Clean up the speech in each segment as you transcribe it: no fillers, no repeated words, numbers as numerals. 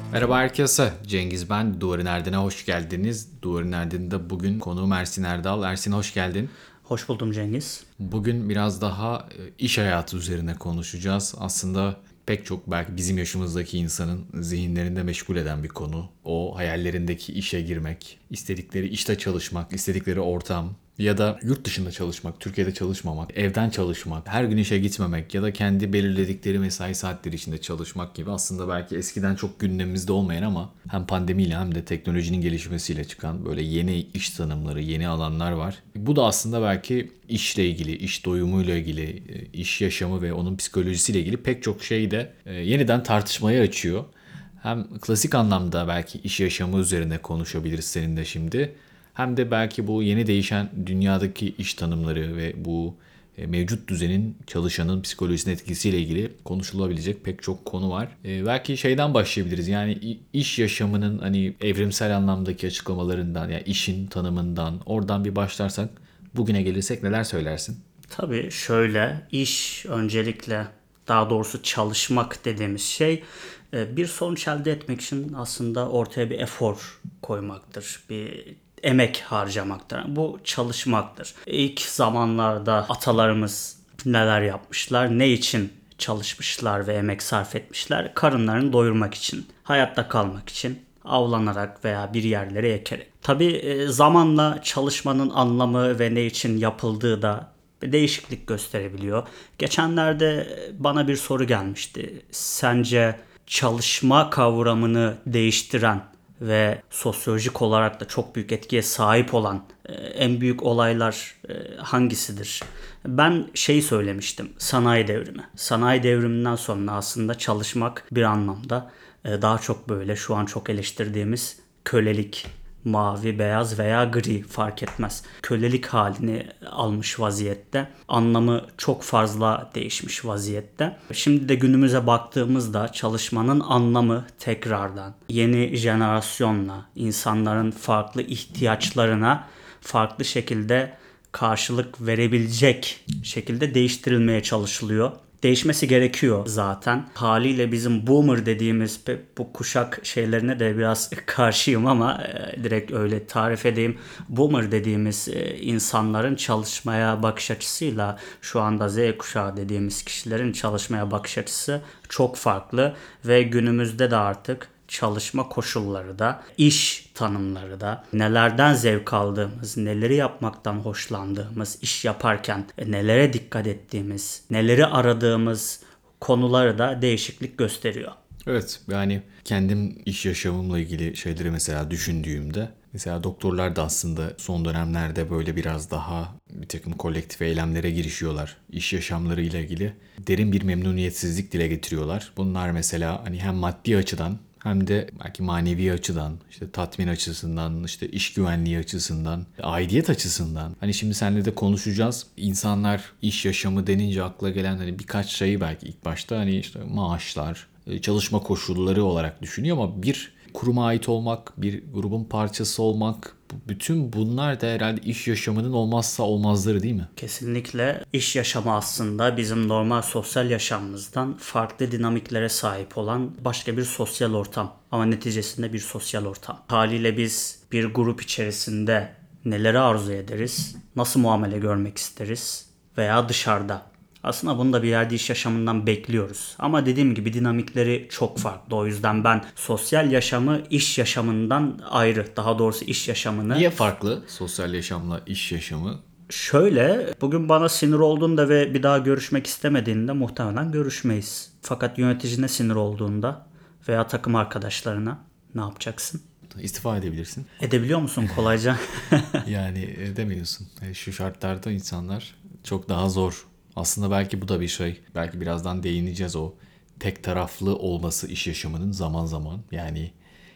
Merhaba herkese. Cengiz ben. Duvarın Erdin'e hoş geldiniz. Duvarın Erdin'de bugün konuğum Ersin Erdal. Ersin hoş geldin. Hoş buldum Cengiz. Bugün biraz daha iş hayatı üzerine konuşacağız. Aslında pek çok belki bizim yaşımızdaki insanın zihinlerinde meşgul eden bir konu. O hayallerindeki işe girmek, istedikleri işte çalışmak, istedikleri ortam ya da yurt dışında çalışmak, Türkiye'de çalışmamak, evden çalışmak, her gün işe gitmemek ya da kendi belirledikleri mesai saatleri içinde çalışmak gibi aslında belki eskiden çok gündemimizde olmayan ama hem pandemiyle hem de teknolojinin gelişmesiyle çıkan böyle yeni iş tanımları, yeni alanlar var. Bu da aslında belki işle ilgili, iş doyumuyla ilgili, iş yaşamı ve onun psikolojisiyle ilgili pek çok şeyi de yeniden tartışmaya açıyor. Hem klasik anlamda belki iş yaşamı üzerine konuşabiliriz seninle şimdi. Hem de belki bu yeni değişen dünyadaki iş tanımları ve bu mevcut düzenin çalışanın psikolojisine etkisiyle ilgili konuşulabilecek pek çok konu var. Belki şeyden başlayabiliriz. Yani iş yaşamının hani evrimsel anlamdaki açıklamalarından, yani işin tanımından oradan bir başlarsak bugüne gelirsek neler söylersin? Tabii şöyle iş öncelikle daha doğrusu çalışmak dediğimiz şey bir sonuç elde etmek için aslında ortaya bir efor koymaktır. Bir emek harcamaktır. Bu çalışmaktır. İlk zamanlarda atalarımız neler yapmışlar, ne için çalışmışlar ve emek sarf etmişler? Karınlarını doyurmak için, hayatta kalmak için, avlanarak veya bir yerlere ekerek. Tabii zamanla çalışmanın anlamı ve ne için yapıldığı da bir değişiklik gösterebiliyor. Geçenlerde bana bir soru gelmişti. Sence çalışma kavramını değiştiren ve sosyolojik olarak da çok büyük etkiye sahip olan en büyük olaylar hangisidir? Ben şeyi söylemiştim. Sanayi devrimi. Sanayi devriminden sonra aslında çalışmak bir anlamda daha çok böyle şu an çok eleştirdiğimiz kölelik, mavi, beyaz veya gri fark etmez. Kölelik halini almış vaziyette. Anlamı çok fazla değişmiş vaziyette. Şimdi de günümüze baktığımızda çalışmanın anlamı tekrardan yeni jenerasyonla insanların farklı ihtiyaçlarına farklı şekilde karşılık verebilecek şekilde değiştirilmeye çalışılıyor. Değişmesi gerekiyor zaten. Haliyle bizim boomer dediğimiz bu kuşak şeylerine de biraz karşıyım ama direkt öyle tarif edeyim. Boomer dediğimiz insanların çalışmaya bakış açısıyla şu anda Z kuşağı dediğimiz kişilerin çalışmaya bakış açısı çok farklı ve günümüzde de artık çalışma koşulları da, iş tanımları da, nelerden zevk aldığımız, neleri yapmaktan hoşlandığımız, iş yaparken nelere dikkat ettiğimiz, neleri aradığımız konuları da değişiklik gösteriyor. Evet, yani kendim iş yaşamımla ilgili şeyleri mesela düşündüğümde mesela doktorlar da aslında son dönemlerde böyle biraz daha bir takım kolektif eylemlere girişiyorlar. İş yaşamlarıyla ilgili derin bir memnuniyetsizlik dile getiriyorlar. Bunlar mesela hani hem maddi açıdan hem de belki manevi açıdan, işte tatmin açısından, işte iş güvenliği açısından, aidiyet açısından. Hani şimdi seninle de konuşacağız. İnsanlar iş yaşamı denince akla gelen hani birkaç şeyi belki ilk başta hani işte maaşlar, çalışma koşulları olarak düşünüyor ama bir kuruma ait olmak, bir grubun parçası olmak, bütün bunlar da herhalde iş yaşamının olmazsa olmazları değil mi? Kesinlikle iş yaşamı aslında bizim normal sosyal yaşamımızdan farklı dinamiklere sahip olan başka bir sosyal ortam. Ama neticesinde bir sosyal ortam. Haliyle biz bir grup içerisinde neleri arzu ederiz, nasıl muamele görmek isteriz veya dışarıda. Aslında bunu da bir yerde iş yaşamından bekliyoruz. Ama dediğim gibi dinamikleri çok farklı. O yüzden ben sosyal yaşamı iş yaşamından ayrı, daha doğrusu iş yaşamını Niye farklı sosyal yaşamla iş yaşamı? şöyle, bugün bana sinir olduğunda ve bir daha görüşmek istemediğinde muhtemelen görüşmeyiz. Fakat yöneticine sinir olduğunda veya takım arkadaşlarına ne yapacaksın? İstifa edebilirsin. Edebiliyor musun kolayca? Yani edemiyorsun. Şu şartlarda insanlar çok daha zor. Aslında belki bu da bir şey. Belki birazdan değineceğiz o tek taraflı olması iş yaşamının zaman zaman. Yani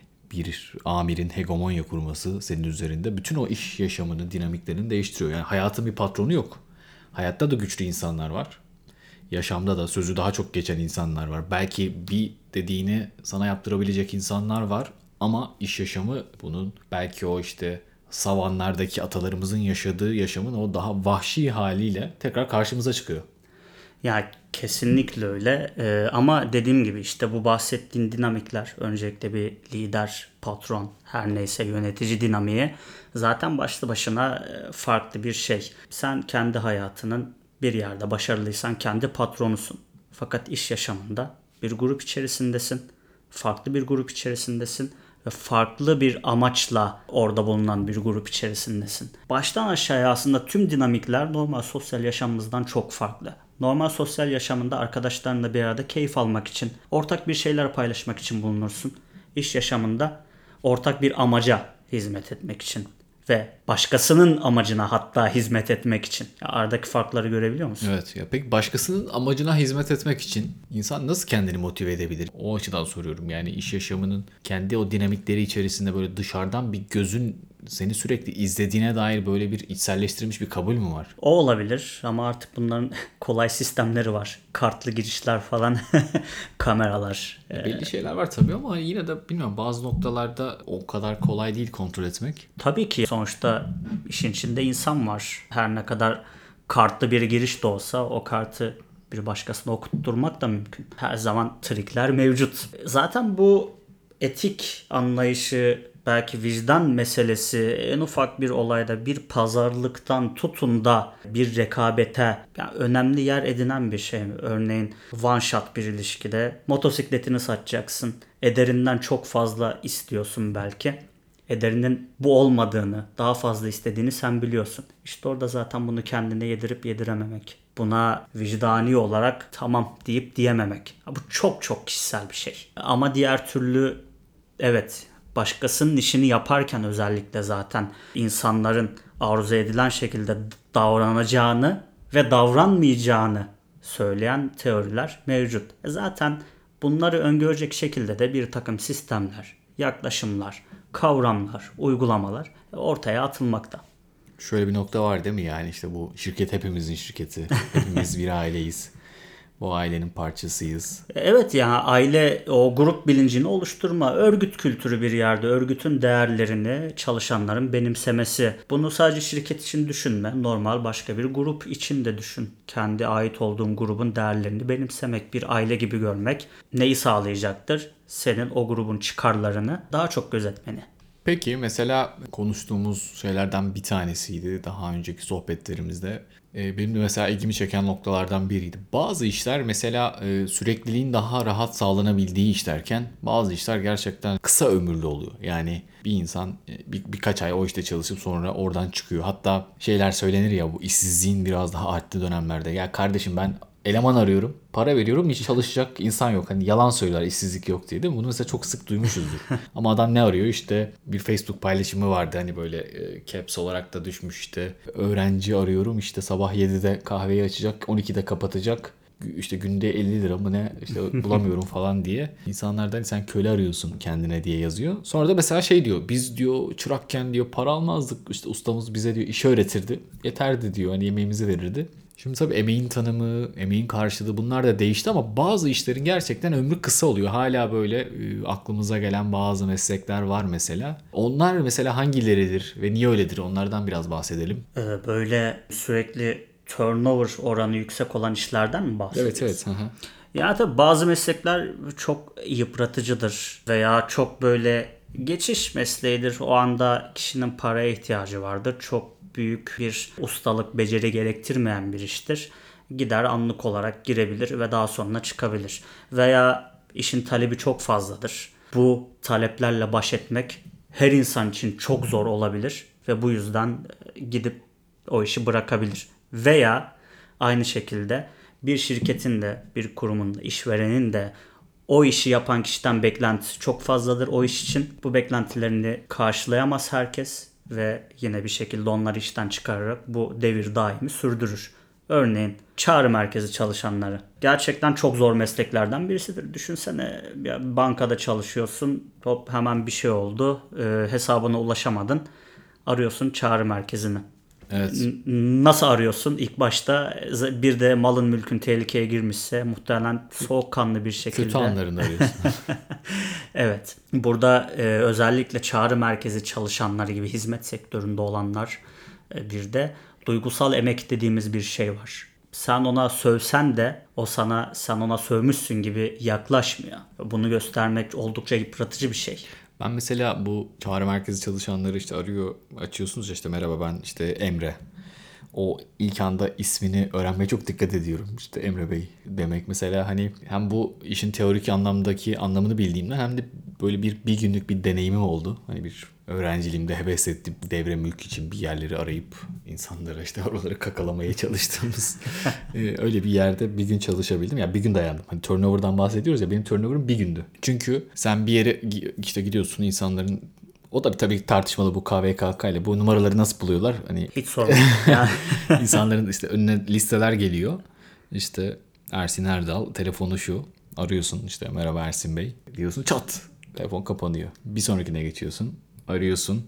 bir amirin hegemonya kurması senin üzerinde bütün o iş yaşamının dinamiklerini değiştiriyor. Yani hayatın bir patronu yok. Hayatta da güçlü insanlar var. Yaşamda da sözü daha çok geçen insanlar var. Belki bir dediğini sana yaptırabilecek insanlar var ama iş yaşamı bunun belki o işte savanlardaki atalarımızın yaşadığı yaşamın o daha vahşi haliyle tekrar karşımıza çıkıyor. Ya kesinlikle öyle. Ama dediğim gibi işte bu bahsettiğin dinamikler, öncelikle bir lider, patron, her neyse yönetici dinamiği zaten başlı başına farklı bir şey. Sen kendi hayatının bir yerde başarılıysan kendi patronusun. Fakat iş yaşamında bir grup içerisindesin. Farklı bir grup içerisindesin ve farklı bir amaçla orada bulunan bir grup içerisindesin. Baştan aşağıya aslında tüm dinamikler normal sosyal yaşamımızdan çok farklı. Normal sosyal yaşamında arkadaşlarınla bir arada keyif almak için, ortak bir şeyler paylaşmak için bulunursun. İş yaşamında ortak bir amaca hizmet etmek için ve başkasının amacına hatta hizmet etmek için. Ya aradaki farkları görebiliyor musun? Evet ya, peki başkasının amacına hizmet etmek için insan nasıl kendini motive edebilir? O açıdan soruyorum. Yani iş yaşamının kendi o dinamikleri içerisinde böyle dışarıdan bir gözün seni sürekli izlediğine dair böyle bir içselleştirilmiş bir kabul mü var? O olabilir ama artık bunların kolay sistemleri var. Kartlı girişler falan, kameralar. Belli şeyler var tabii ama yine de bilmiyorum, bazı noktalarda o kadar kolay değil kontrol etmek. Tabii ki sonuçta işin içinde insan var. Her ne kadar kartlı bir giriş de olsa o kartı bir başkasına okutturmak da mümkün. Her zaman trikler mevcut. Zaten bu etik anlayışı, belki vicdan meselesi en ufak bir olayda, bir pazarlıktan tutun da bir rekabete yani önemli yer edinen bir şey mi? Örneğin one shot bir ilişkide motosikletini satacaksın. Ederinden çok fazla istiyorsun belki. Ederinin bu olmadığını, daha fazla istediğini sen biliyorsun. İşte orada zaten bunu kendine yedirip yedirememek. Buna vicdani olarak tamam deyip diyememek. Bu çok çok kişisel bir şey. Ama diğer türlü evet, başkasının işini yaparken özellikle zaten insanların arzu edilen şekilde davranacağını ve davranmayacağını söyleyen teoriler mevcut. Zaten bunları öngörecek şekilde de bir takım sistemler, yaklaşımlar, kavramlar, uygulamalar ortaya atılmakta. Şöyle bir nokta var değil mi? Yani işte bu şirket hepimizin şirketi. Hepimiz bir aileyiz. Bu ailenin parçasıyız. Evet, yani aile o grup bilincini oluşturma, örgüt kültürü bir yerde, örgütün değerlerini çalışanların benimsemesi. Bunu sadece şirket için düşünme, normal başka bir grup için de düşün. Kendi ait olduğun grubun değerlerini benimsemek, bir aile gibi görmek neyi sağlayacaktır? Senin o grubun çıkarlarını daha çok gözetmeni. Peki mesela konuştuğumuz şeylerden bir tanesiydi daha önceki sohbetlerimizde. Benim de mesela ilgimi çeken noktalardan biriydi. Bazı işler mesela sürekliliğin daha rahat sağlanabildiği işlerken bazı işler gerçekten kısa ömürlü oluyor. Yani bir insan birkaç ay o işte çalışıp sonra oradan çıkıyor. Hatta şeyler söylenir ya, bu işsizliğin biraz daha arttığı dönemlerde. Ya kardeşim, ben eleman arıyorum, para veriyorum, hiç çalışacak insan yok. Hani yalan söyler işsizlik yok diye, değil mi? Bunu mesela çok sık duymuşuzdur. Ama adam ne arıyor? İşte bir Facebook paylaşımı vardı, hani böyle caps olarak da düşmüş işte. Öğrenci arıyorum, işte sabah 7'de kahveyi açacak, 12'de kapatacak. İşte günde 50 lira mı ne işte bulamıyorum falan diye. İnsanlardan sen köle arıyorsun kendine diye yazıyor. Sonra da mesela şey diyor, biz diyor çırakken diyor para almazdık, işte ustamız bize diyor işi öğretirdi. Yeterdi diyor, hani yemeğimizi verirdi. Şimdi tabii emeğin tanımı, emeğin karşılığı bunlar da değişti ama bazı işlerin gerçekten ömrü kısa oluyor. Hala böyle aklımıza gelen bazı meslekler var mesela. Onlar mesela hangileridir ve niye öyledir? Onlardan biraz bahsedelim. Böyle sürekli turnover oranı yüksek olan işlerden mi bahsediyorsun? Evet evet. Hı hı. Ya tabii bazı meslekler çok yıpratıcıdır veya çok böyle geçiş mesleğidir. O anda kişinin paraya ihtiyacı vardır. Çok büyük bir ustalık, beceri gerektirmeyen bir iştir. Gider anlık olarak girebilir ve daha sonra çıkabilir. Veya işin talebi çok fazladır. Bu taleplerle baş etmek her insan için çok zor olabilir ve bu yüzden gidip o işi bırakabilir. Veya aynı şekilde bir şirketin de, bir kurumun da, işverenin de o işi yapan kişiden beklentisi çok fazladır o iş için. Bu beklentilerini karşılayamaz herkes ve yine bir şekilde onları işten çıkararak bu devir daimi sürdürür. Örneğin çağrı merkezi çalışanları gerçekten çok zor mesleklerden birisidir. Düşünsene, bir bankada çalışıyorsun, hop hemen bir şey oldu, hesabına ulaşamadın, arıyorsun çağrı merkezini. Evet. Nasıl arıyorsun? İlk başta bir de malın mülkün tehlikeye girmişse muhtemelen soğukkanlı bir şekilde. Kötü anlarında arıyorsun. Evet. Burada özellikle çağrı merkezi çalışanları gibi hizmet sektöründe olanlar bir de duygusal emek dediğimiz bir şey var. sen ona sövsen de o sana sen ona sövmüşsün gibi yaklaşmıyor. Bunu göstermek oldukça yıpratıcı bir şey. Ben mesela bu çağrı merkezi çalışanları işte arıyor, açıyorsunuz ya, işte merhaba ben işte Emre. O ilk anda ismini öğrenmeye çok dikkat ediyorum. İşte Emre Bey demek mesela, hani hem bu işin teorik anlamdaki anlamını bildiğimden hem de böyle bir günlük bir deneyimim oldu. Hani bir öğrenciliğimde heves ettiğim devre mülk için bir yerleri arayıp insanlara işte oraları kakalamaya çalıştığımız öyle bir yerde bir gün çalışabildim. Yani bir gün dayandım. Hani turnover'dan bahsediyoruz ya, benim turnover'ım bir gündü. Çünkü sen bir yere işte gidiyorsun, insanların, o da tabii tartışmalı bu KVKK ile, bu numaraları nasıl buluyorlar? Hani Hiç sorun. Yani insanların işte önüne listeler geliyor. İşte Ersin Erdal, telefonu şu. Arıyorsun işte, merhaba Ersin Bey diyorsun, çat. Telefon kapanıyor. Bir sonrakine geçiyorsun. Arıyorsun.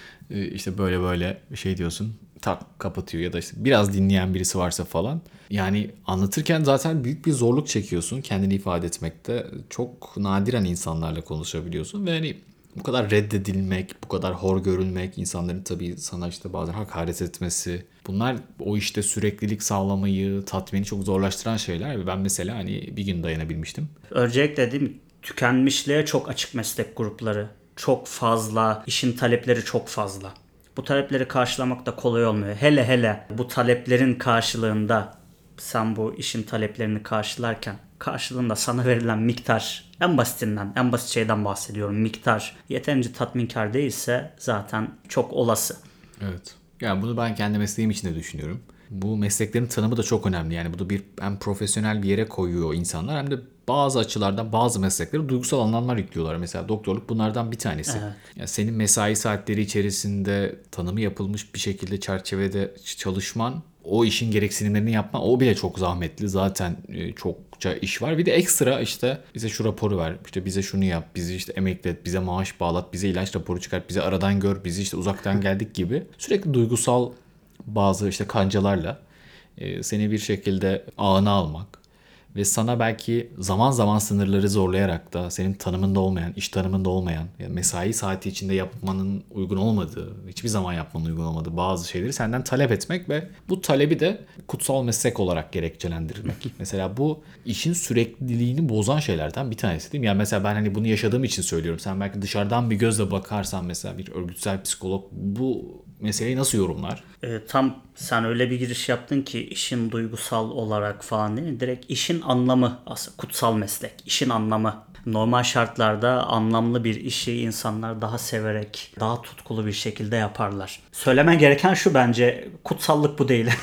İşte böyle böyle bir şey diyorsun. Tak, kapatıyor. Ya da işte biraz dinleyen birisi varsa falan. Yani anlatırken zaten büyük bir zorluk çekiyorsun kendini ifade etmekte. Çok nadiren insanlarla konuşabiliyorsun ve hani bu kadar reddedilmek, bu kadar hor görülmek, insanların tabii sana işte bazen hakaret etmesi, bunlar o işte süreklilik sağlamayı, tatmini çok zorlaştıran şeyler. Ve ben mesela hani bir gün dayanabilmiştim. öncelikle değil mi? Tükenmişliğe çok açık meslek grupları. Çok fazla, işin talepleri çok fazla. Bu talepleri karşılamak da kolay olmuyor. Hele hele bu taleplerin karşılığında sen bu işin taleplerini karşılarken karşılığında sana verilen miktar, en basitinden, en basit şeyden bahsediyorum. Miktar yeterince tatminkar değilse zaten çok olası. Evet. Yani bunu ben kendi mesleğim için de düşünüyorum. Bu mesleklerin tanımı da çok önemli. Yani bu da bir hem profesyonel bir yere koyuyor insanlar, hem de bazı açılardan bazı mesleklere duygusal anlamlar yüklüyorlar. Mesela doktorluk bunlardan bir tanesi. Evet. Yani senin mesai saatleri içerisinde tanımı yapılmış bir şekilde çerçevede çalışman, o işin gereksinimlerini yapman, o bile çok zahmetli. Zaten çokça iş var. Bir de ekstra işte bize şu raporu ver, işte bize şunu yap, bizi işte emeklet, bize maaş bağlat, bize ilaç raporu çıkart, bize aradan gör, bizi işte uzaktan geldik gibi. Sürekli duygusal bazı işte kancalarla seni bir şekilde ağına almak ve sana belki zaman zaman sınırları zorlayarak da senin tanımında olmayan, iş tanımında olmayan, yani mesai saati içinde yapmanın uygun olmadığı, hiçbir zaman yapmanın uygun olmadığı bazı şeyleri senden talep etmek ve bu talebi de kutsal meslek olarak gerekçelendirmek. Mesela bu işin sürekliliğini bozan şeylerden bir tanesi değil mi? Yani mesela ben hani bunu yaşadığım için söylüyorum. Sen belki dışarıdan bir gözle bakarsan, mesela bir örgütsel psikolog bu meseleyi nasıl yorumlar? Tam sen öyle bir giriş yaptın ki işin duygusal olarak falan değil mi? Direkt işin anlamı, aslında kutsal meslek, işin anlamı. Normal şartlarda anlamlı bir işi insanlar daha severek, daha tutkulu bir şekilde yaparlar. Söylemen gereken şu, bence kutsallık bu değil.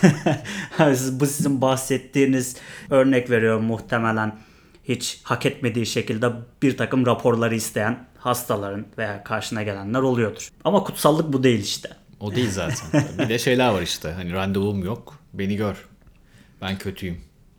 Bu sizin bahsettiğiniz, örnek veriyorum, muhtemelen hiç hak etmediği şekilde bir takım raporları isteyen hastaların veya karşına gelenler oluyordur. Ama kutsallık bu değil işte. O değil zaten. Bir de şeyler var işte. Hani randevum yok, beni gör. Ben kötüyüm.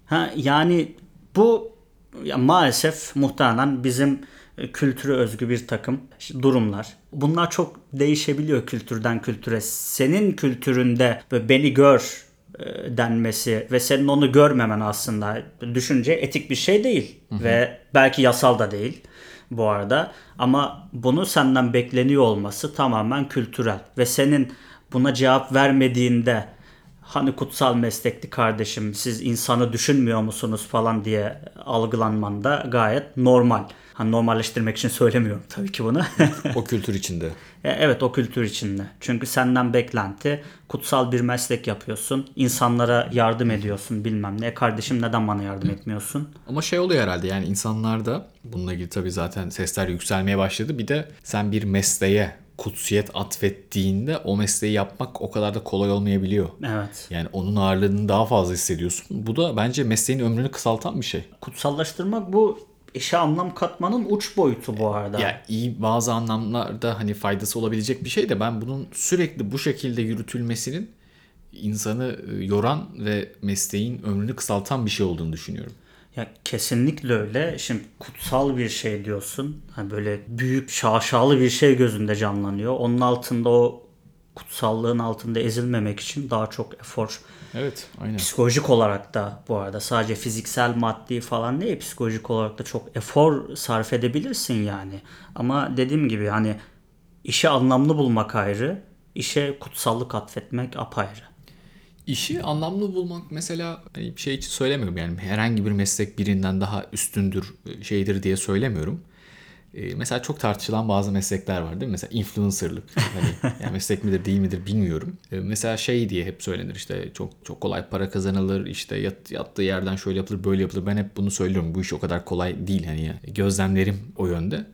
Yani bu ya maalesef muhtemelen bizim kültüre özgü bir takım durumlar. Bunlar çok değişebiliyor kültürden kültüre. Senin kültüründe ve beni gör denmesi ve senin onu görmemen aslında düşünce etik bir şey değil. Ve belki yasal da değil bu arada. Ama bunu senden bekleniyor olması tamamen kültürel. Ve senin buna cevap vermediğinde, hani kutsal meslekti kardeşim, siz insanı düşünmüyor musunuz falan diye algılanman da gayet normal. Hani normalleştirmek için söylemiyorum tabii ki bunu. O kültür içinde. Evet, o kültür içinde. Çünkü senden beklenti kutsal bir meslek yapıyorsun. İnsanlara yardım ediyorsun bilmem ne. Kardeşim neden bana yardım etmiyorsun? Ama şey oluyor herhalde, yani insanlarda bununla ilgili tabii zaten sesler yükselmeye başladı. Bir de sen bir mesleğe kutsiyet atfettiğinde o mesleği yapmak o kadar da kolay olmayabiliyor. Evet. Yani onun ağırlığını daha fazla hissediyorsun. Bu da bence mesleğin ömrünü kısaltan bir şey. Kutsallaştırmak bu işe anlam katmanın uç boyutu bu arada. Ya iyi, bazı anlamlarda hani faydası olabilecek bir şey de, ben bunun sürekli bu şekilde yürütülmesinin insanı yoran ve mesleğin ömrünü kısaltan bir şey olduğunu düşünüyorum. Ya kesinlikle öyle. Şimdi kutsal bir şey diyorsun. Hani böyle büyük, şaşalı bir şey gözünde canlanıyor. Onun altında, o kutsallığın altında ezilmemek için daha çok efor. Evet, aynen. Psikolojik olarak da bu arada sadece fiziksel, maddi falan değil, psikolojik olarak da çok efor sarf edebilirsin yani. Ama dediğim gibi hani işi anlamlı bulmak ayrı, işe kutsallık atfetmek apayrı. İşi anlamlı bulmak mesela hani bir şey için söylemiyorum, yani herhangi bir meslek birinden daha üstündür şeydir diye söylemiyorum. Mesela çok tartışılan bazı meslekler var değil mi? Mesela influencerlık. Hani yani meslek midir değil midir bilmiyorum. Mesela şey diye hep söylenir, işte çok çok kolay para kazanılır, işte yattığı yerden şöyle yapılır böyle yapılır. Ben hep bunu söylüyorum. Bu iş o kadar kolay değil hani ya. Gözlemlerim o yönde.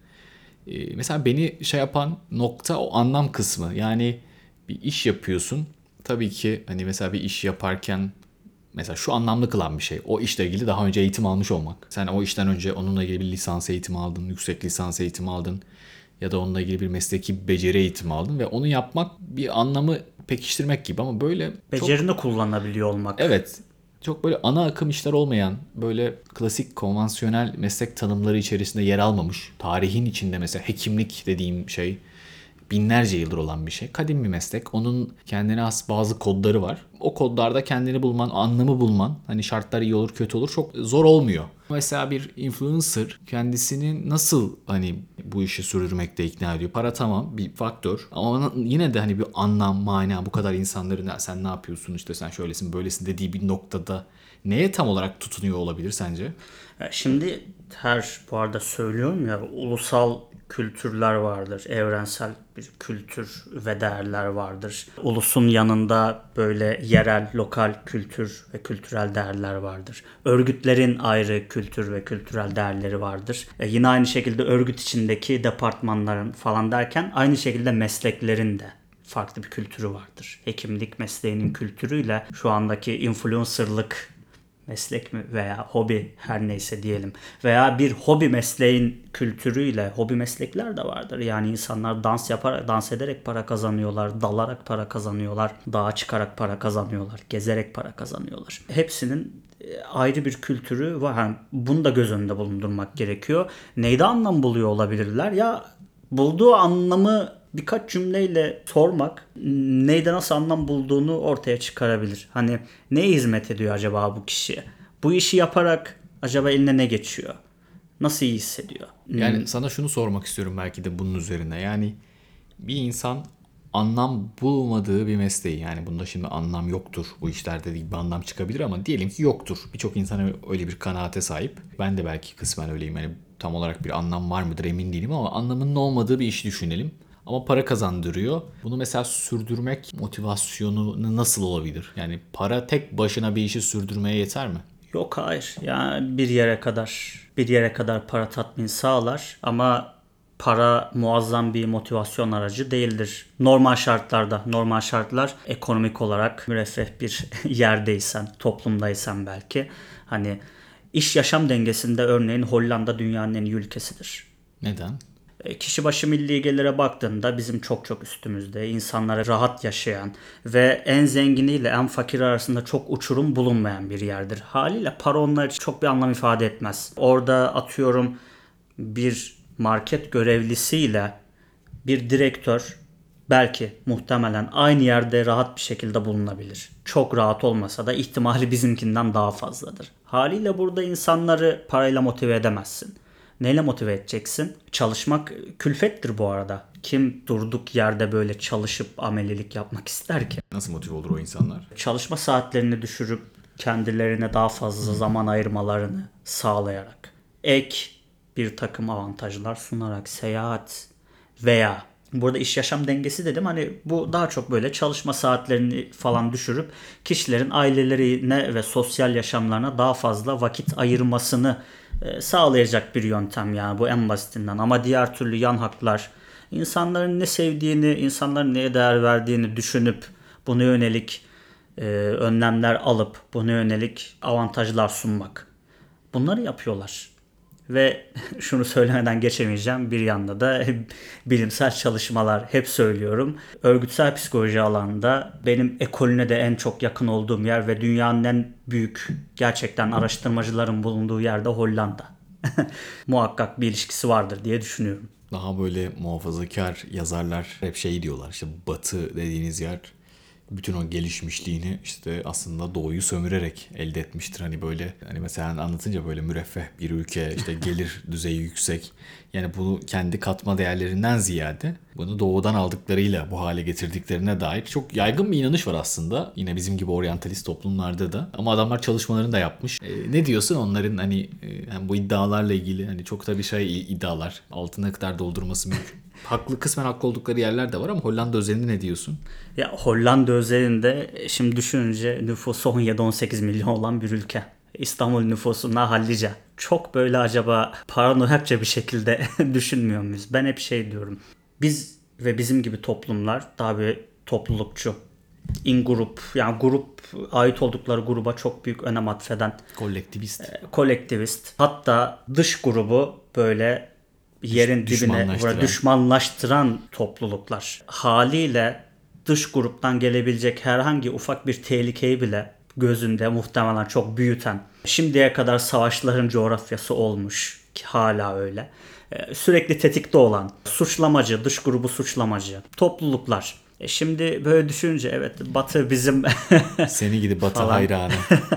Mesela beni şey yapan nokta o anlam kısmı. Yani bir iş yapıyorsun. Tabii ki hani mesela bir iş yaparken mesela şu anlamlı kılan bir şey. O işle ilgili daha önce eğitim almış olmak. Sen o işten önce onunla ilgili bir lisans eğitimi aldın, yüksek lisans eğitimi aldın ya da onunla ilgili bir mesleki beceri eğitimi aldın ve onu yapmak bir anlamı pekiştirmek gibi, ama böyle çok, Becerini kullanabiliyor olmak. evet, çok böyle ana akım işler olmayan, böyle klasik konvansiyonel meslek tanımları içerisinde yer almamış, tarihin içinde mesela hekimlik dediğim şey binlerce yıldır olan bir şey. Kadim bir meslek. Onun kendine has bazı kodları var. O kodlarda kendini bulman, anlamı bulman, hani şartlar iyi olur kötü olur, çok zor olmuyor. Mesela bir influencer kendisini nasıl hani bu işi sürdürmekte ikna ediyor? Para tamam bir faktör, ama yine de hani bir anlam, mana, bu kadar insanların sen ne yapıyorsun, işte sen şöylesin böylesin dediği bir noktada neye tam olarak tutunuyor olabilir sence? Şimdi bu arada söylüyorum ya, ulusal kültürler vardır. Evrensel bir kültür ve değerler vardır. Ulusun yanında böyle yerel, lokal kültür ve kültürel değerler vardır. Örgütlerin ayrı kültür ve kültürel değerleri vardır. Yine aynı şekilde örgüt içindeki departmanların falan derken aynı şekilde mesleklerin de farklı bir kültürü vardır. Hekimlik mesleğinin kültürüyle şu andaki influencerlık meslek mi veya hobi her neyse diyelim, veya bir hobi mesleğin kültürüyle, hobi meslekler de vardır. Yani insanlar dans ederek para kazanıyorlar, dalarak para kazanıyorlar, dağa çıkarak para kazanıyorlar, gezerek para kazanıyorlar. Hepsinin ayrı bir kültürü var. Yani bunu da göz önünde bulundurmak gerekiyor. Neyde anlam buluyor olabilirler? Ya bulduğu anlamı birkaç cümleyle sormak neyde nasıl anlam bulduğunu ortaya çıkarabilir. Hani neye hizmet ediyor acaba bu kişi? Bu işi yaparak acaba eline ne geçiyor? Nasıl iyi hissediyor? Yani sana şunu sormak istiyorum belki de bunun üzerine. Yani bir insan anlam bulmadığı bir mesleği, yani bunda şimdi anlam yoktur, bu işlerde değil bir anlam çıkabilir ama diyelim ki yoktur. Birçok insan öyle bir kanaate sahip. Ben de belki kısmen öyleyim. Yani tam olarak bir anlam var mıdır emin değilim, ama anlamının olmadığı bir işi düşünelim. Ama para kazandırıyor. Bunu mesela sürdürmek motivasyonu nasıl olabilir? Yani para tek başına bir işi sürdürmeye yeter mi? Yok, hayır. Yani bir yere kadar para tatmin sağlar ama para muazzam bir motivasyon aracı değildir. Normal şartlar ekonomik olarak müreffeh bir yerdeysen, toplumdaysan belki, hani iş yaşam dengesinde örneğin Hollanda dünyanın en iyi ülkesidir. Neden? Kişi başı milli gelire baktığında bizim çok çok üstümüzde, insanlara rahat yaşayan ve en zenginiyle en fakir arasında çok uçurum bulunmayan bir yerdir. Haliyle para onlar için çok bir anlam ifade etmez. Orada atıyorum bir market görevlisiyle bir direktör belki muhtemelen aynı yerde rahat bir şekilde bulunabilir. Çok rahat olmasa da ihtimali bizimkinden daha fazladır. Haliyle burada insanları parayla motive edemezsin. Neyle motive edeceksin? Çalışmak külfettir bu arada. Kim durduk yerde böyle çalışıp amelilik yapmak ister ki? Nasıl motive olur o insanlar? Çalışma saatlerini düşürüp kendilerine daha fazla zaman ayırmalarını sağlayarak, ek bir takım avantajlar sunarak, seyahat veya burada iş yaşam dengesi dedim, hani bu daha çok böyle çalışma saatlerini falan düşürüp kişilerin ailelerine ve sosyal yaşamlarına daha fazla vakit ayırmasını sağlayacak bir yöntem, yani bu en basitinden. Ama diğer türlü yan haklar, insanların ne sevdiğini, insanların neye değer verdiğini düşünüp buna yönelik önlemler alıp buna yönelik avantajlar sunmak. Bunları yapıyorlar. Ve şunu söylemeden geçemeyeceğim. Bir yanda da bilimsel çalışmalar, hep söylüyorum. Örgütsel psikoloji alanında benim ekolüne de en çok yakın olduğum yer ve dünyanın en büyük gerçekten araştırmacıların bulunduğu yerde Hollanda. Muhakkak bir ilişkisi vardır diye düşünüyorum. Daha böyle muhafazakar yazarlar hep şey diyorlar, işte Batı dediğiniz yer bütün o gelişmişliğini işte aslında doğuyu sömürerek elde etmiştir. Hani böyle hani mesela anlatınca böyle müreffeh bir ülke, işte gelir düzeyi yüksek. Yani bunu kendi katma değerlerinden ziyade bunu doğudan aldıklarıyla bu hale getirdiklerine dair çok yaygın bir inanış var aslında. Yine bizim gibi oryantalist toplumlarda da. Ama adamlar çalışmalarını da yapmış. Ne diyorsun onların hani hem bu iddialarla ilgili hani çok da bir şey iddialar. Altına kadar doldurması mümkün. Kısmen haklı oldukları yerler de var ama Hollanda özelinde ne diyorsun? Ya Hollanda özelinde şimdi düşününce nüfusu 17-18 milyon olan bir ülke. İstanbul nüfusundan hallice. Çok böyle acaba paranoyakça bir şekilde düşünmüyor muyuz? Ben hep şey diyorum. Biz ve bizim gibi toplumlar daha bir toplulukçu. In grup, yani grup, ait oldukları gruba çok büyük önem atfeden Kolektivist. kolektivist. Hatta dış grubu böyle yerin dibine düşmanlaştıran topluluklar. Haliyle dış gruptan gelebilecek herhangi ufak bir tehlikeyi bile gözünde muhtemelen çok büyüten, şimdiye kadar savaşların coğrafyası olmuş ki hala öyle, sürekli tetikte olan, suçlamacı, dış grubu suçlamacı topluluklar. Şimdi böyle düşününce evet Batı bizim seni gidi Batı falan. hayranı.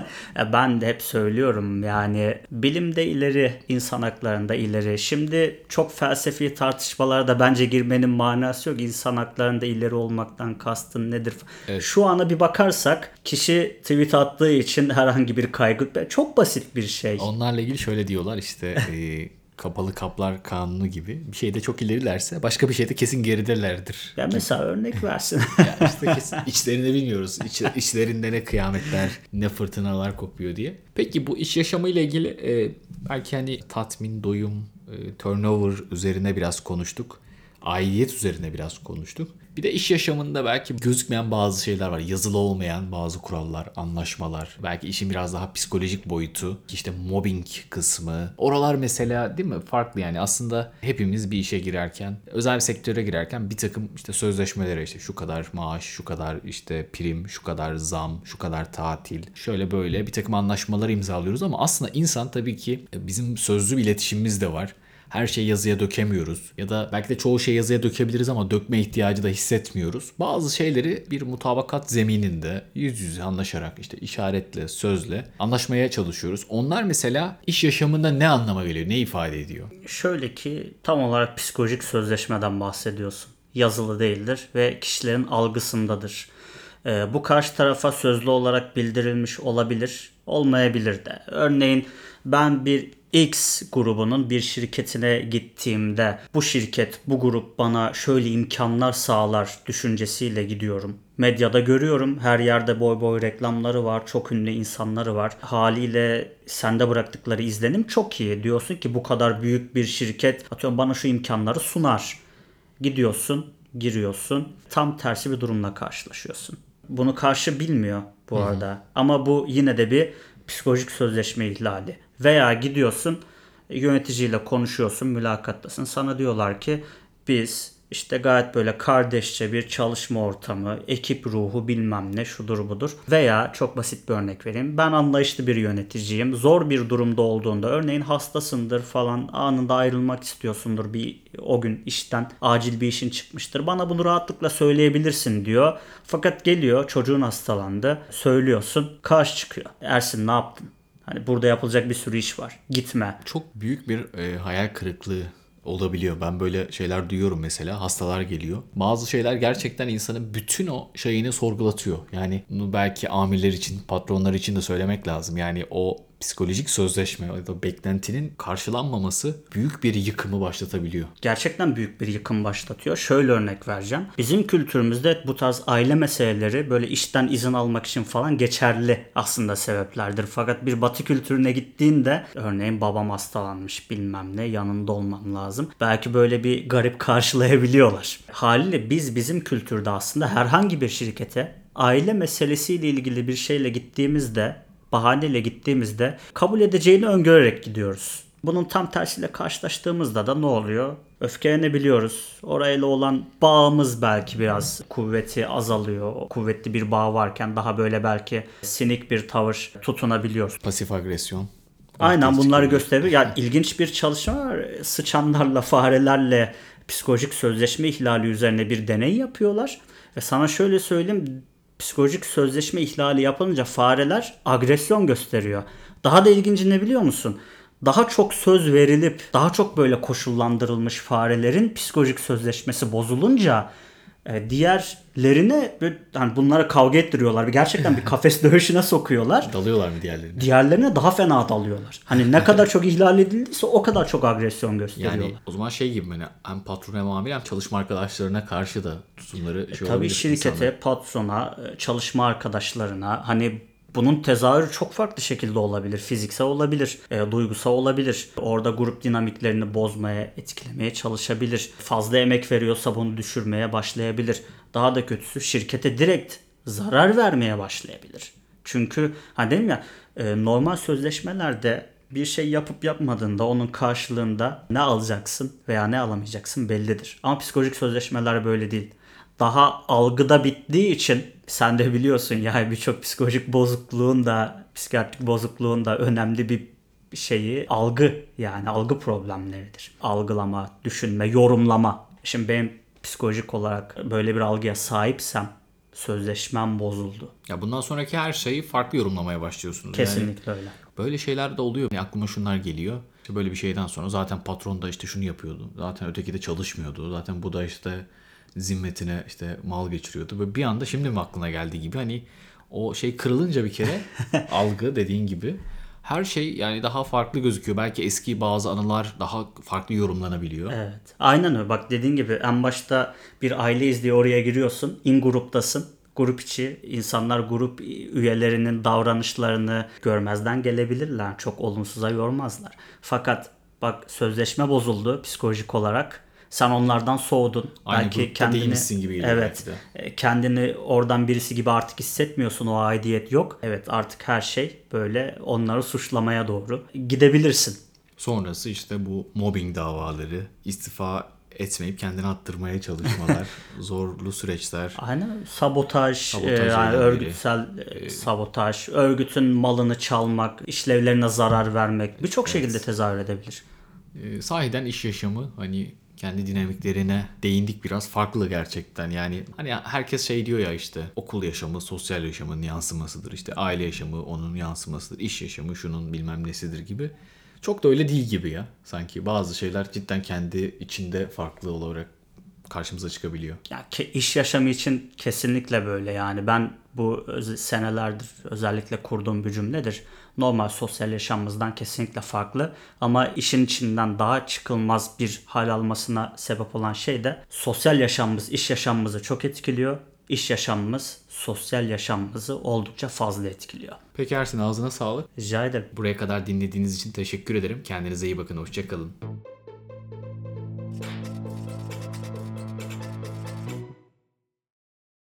Ben de hep söylüyorum yani bilimde ileri, insan haklarında ileri. Şimdi çok felsefi tartışmalara da bence girmenin manası yok. İnsan haklarında ileri olmaktan kastın nedir? Evet. Şu ana bir bakarsak kişi tweet attığı için herhangi bir kaygı, çok basit bir şey. Onlarla ilgili şöyle diyorlar işte kapalı kaplar kanunu gibi bir şeyde çok ilerilerse başka bir şeyde kesin geridelerdir. Ya mesela örnek versin. Ya işte kesin içlerinde bilmiyoruz. İçlerinde ne kıyametler, ne fırtınalar kopuyor diye. Peki bu iş yaşamıyla ilgili belki hani tatmin, doyum, turnover üzerine biraz konuştuk. Aidiyet üzerine biraz konuştuk. Bir de iş yaşamında belki gözükmeyen bazı şeyler var. Yazılı olmayan bazı kurallar, anlaşmalar. Belki işin biraz daha psikolojik boyutu. İşte mobbing kısmı. Oralar mesela değil mi? Farklı yani. Aslında hepimiz bir işe girerken, özel bir sektöre girerken bir takım işte sözleşmelere işte şu kadar maaş, şu kadar işte prim, şu kadar zam, şu kadar tatil. Şöyle böyle bir takım anlaşmalar imzalıyoruz ama aslında insan tabii ki bizim sözlü bir iletişimimiz de var. Her şeyi yazıya dökemiyoruz. Ya da belki de çoğu şeyi yazıya dökebiliriz ama dökme ihtiyacı da hissetmiyoruz. Bazı şeyleri bir mutabakat zemininde yüz yüze anlaşarak işte işaretle, sözle anlaşmaya çalışıyoruz. Onlar mesela iş yaşamında ne anlama geliyor, ne ifade ediyor? Şöyle ki tam olarak psikolojik sözleşmeden bahsediyorsun. Yazılı değildir ve kişilerin algısındadır. Bu karşı tarafa sözlü olarak bildirilmiş olabilir, olmayabilir de. Örneğin ben bir X grubunun bir şirketine gittiğimde bu şirket, bu grup bana şöyle imkanlar sağlar düşüncesiyle gidiyorum. Medyada görüyorum, her yerde boy boy reklamları var, çok ünlü insanları var. Haliyle sende bıraktıkları izlenim çok iyi. Diyorsun ki bu kadar büyük bir şirket atıyorum bana şu imkanları sunar. Gidiyorsun, giriyorsun, tam tersi bir durumla karşılaşıyorsun. Bunu karşı bilmiyor bu arada. Ama bu yine de bir psikolojik sözleşme ihlali. Veya gidiyorsun yöneticiyle konuşuyorsun, mülakattasın. Sana diyorlar ki biz işte gayet böyle kardeşçe bir çalışma ortamı, ekip ruhu bilmem ne şudur budur. Veya çok basit bir örnek vereyim. Ben anlayışlı bir yöneticiyim. Zor bir durumda olduğunda örneğin hastasındır falan anında ayrılmak istiyorsundur o gün işten acil bir işin çıkmıştır. Bana bunu rahatlıkla söyleyebilirsin diyor. Fakat geliyor çocuğun hastalandı. Söylüyorsun karşı çıkıyor. Ersin ne yaptın? Hani burada yapılacak bir sürü iş var. Gitme. Çok büyük bir hayal kırıklığı olabiliyor. Ben böyle şeyler duyuyorum mesela. Hastalar geliyor. Bazı şeyler gerçekten insanın bütün o şeyini sorgulatıyor. Yani bunu belki amirler için, patronlar için de söylemek lazım. Yani o psikolojik sözleşme ya da beklentinin karşılanmaması büyük bir yıkımı başlatabiliyor. Gerçekten büyük bir yıkım başlatıyor. Şöyle örnek vereceğim. Bizim kültürümüzde bu tarz aile meseleleri böyle işten izin almak için falan geçerli aslında sebeplerdir. Fakat bir batı kültürüne gittiğinde örneğin babam hastalanmış bilmem ne yanında olmam lazım. Belki böyle bir garip karşılayabiliyorlar. Haliyle bizim kültürde aslında herhangi bir şirkete aile meselesiyle ilgili bir şeyle gittiğimizde bahaneyle gittiğimizde kabul edeceğini öngörerek gidiyoruz. Bunun tam tersiyle karşılaştığımızda da ne oluyor? Öfkelenebiliyoruz. Orayla olan bağımız belki biraz kuvveti azalıyor. Kuvvetli bir bağ varken daha böyle belki sinik bir tavır tutunabiliyoruz. Pasif agresyon. Aynen bunları gösteriyor. Yani ilginç bir çalışma var. Sıçanlarla, farelerle psikolojik sözleşme ihlali üzerine bir deney yapıyorlar. Ve sana şöyle söyleyeyim. psikolojik sözleşme ihlali yapılınca fareler agresyon gösteriyor. Daha da ilginci ne biliyor musun? Daha çok söz verilip daha çok böyle koşullandırılmış farelerin psikolojik sözleşmesi bozulunca diğerlerine yani bunlara kavga ettiriyorlar. Gerçekten bir kafes dövüşüne sokuyorlar. Dalıyorlar mı diğerlerine? Diğerlerine daha fena dalıyorlar. Hani ne kadar çok ihlal edildiyse o kadar çok agresyon gösteriyorlar. Yani o zaman şey gibi hani hem patron hem amir hem çalışma arkadaşlarına karşı da tutumları Tabii olabilir şirkete, insanlar. patrona, çalışma arkadaşlarına hani bunun tezahürü çok farklı şekilde olabilir. Fiziksel olabilir, duygusal olabilir. Orada grup dinamiklerini bozmaya, etkilemeye çalışabilir. Fazla emek veriyorsa bunu düşürmeye başlayabilir. Daha da kötüsü şirkete direkt zarar vermeye başlayabilir. Çünkü hani dedim ya normal sözleşmelerde bir şey yapıp yapmadığında onun karşılığında ne alacaksın veya ne alamayacaksın bellidir. Ama psikolojik sözleşmeler böyle değil. Daha algıda bittiği için sen de biliyorsun yani birçok psikolojik bozukluğun da psikiyatrik bozukluğun da önemli bir şeyi algı, yani algı problemleridir. Algılama, düşünme, yorumlama. Şimdi benim psikolojik olarak böyle bir algıya sahipsem sözleşmem bozuldu. Ya bundan sonraki her şeyi farklı yorumlamaya başlıyorsunuz. Kesinlikle öyle. Böyle şeyler de oluyor. Yani aklıma şunlar geliyor. İşte böyle bir şeyden sonra zaten patron da işte şunu yapıyordu. Zaten öteki de çalışmıyordu. Zaten bu da işte zimmetine işte mal geçiriyordu. Ve bir anda şimdi mi aklına geldiği gibi hani o şey kırılınca bir kere algı dediğin gibi her şey yani daha farklı gözüküyor. Belki eski bazı anılar daha farklı yorumlanabiliyor. Evet. Aynen öyle. Bak dediğin gibi en başta bir aileyiz diye oraya giriyorsun. In gruptasın. Grup içi insanlar grup üyelerinin davranışlarını görmezden gelebilirler. Çok olumsuza yormazlar. Fakat bak sözleşme bozuldu psikolojik olarak. Sen onlardan soğudun. Aynı belki grupta kendini değilmişsin gibi geliyor evet, belki de. kendini oradan birisi gibi artık hissetmiyorsun. O aidiyet yok. Evet, artık her şey böyle onları suçlamaya doğru gidebilirsin. Sonrası işte bu mobbing davaları, istifa etmeyip kendini attırmaya çalışmalar, zorlu süreçler. Aynen, sabotaj, Sabotaj yani eylemleri. örgütsel sabotaj, örgütün malını çalmak, işlevlerine zarar vermek birçok şekilde tezahür edebilir. Sahiden iş yaşamı hani kendi dinamiklerine değindik biraz farklı gerçekten. Yani hani herkes şey diyor ya işte okul yaşamı sosyal yaşamın yansımasıdır. İşte aile yaşamı onun yansımasıdır. İş yaşamı şunun bilmem nesidir gibi. Çok da öyle değil gibi ya. Sanki bazı şeyler cidden kendi içinde farklı olarak karşımıza çıkabiliyor. Ya iş yaşamı için kesinlikle böyle, yani ben bu senelerdir özellikle kurduğum bir cümledir. Normal sosyal yaşamımızdan kesinlikle farklı ama işin içinden daha çıkılmaz bir hal almasına sebep olan şey de sosyal yaşamımız iş yaşamımızı çok etkiliyor. İş yaşamımız sosyal yaşamımızı oldukça fazla etkiliyor. Peki Ersin ağzına sağlık. Rica ederim. Buraya kadar dinlediğiniz için teşekkür ederim. Kendinize iyi bakın. Hoşça kalın.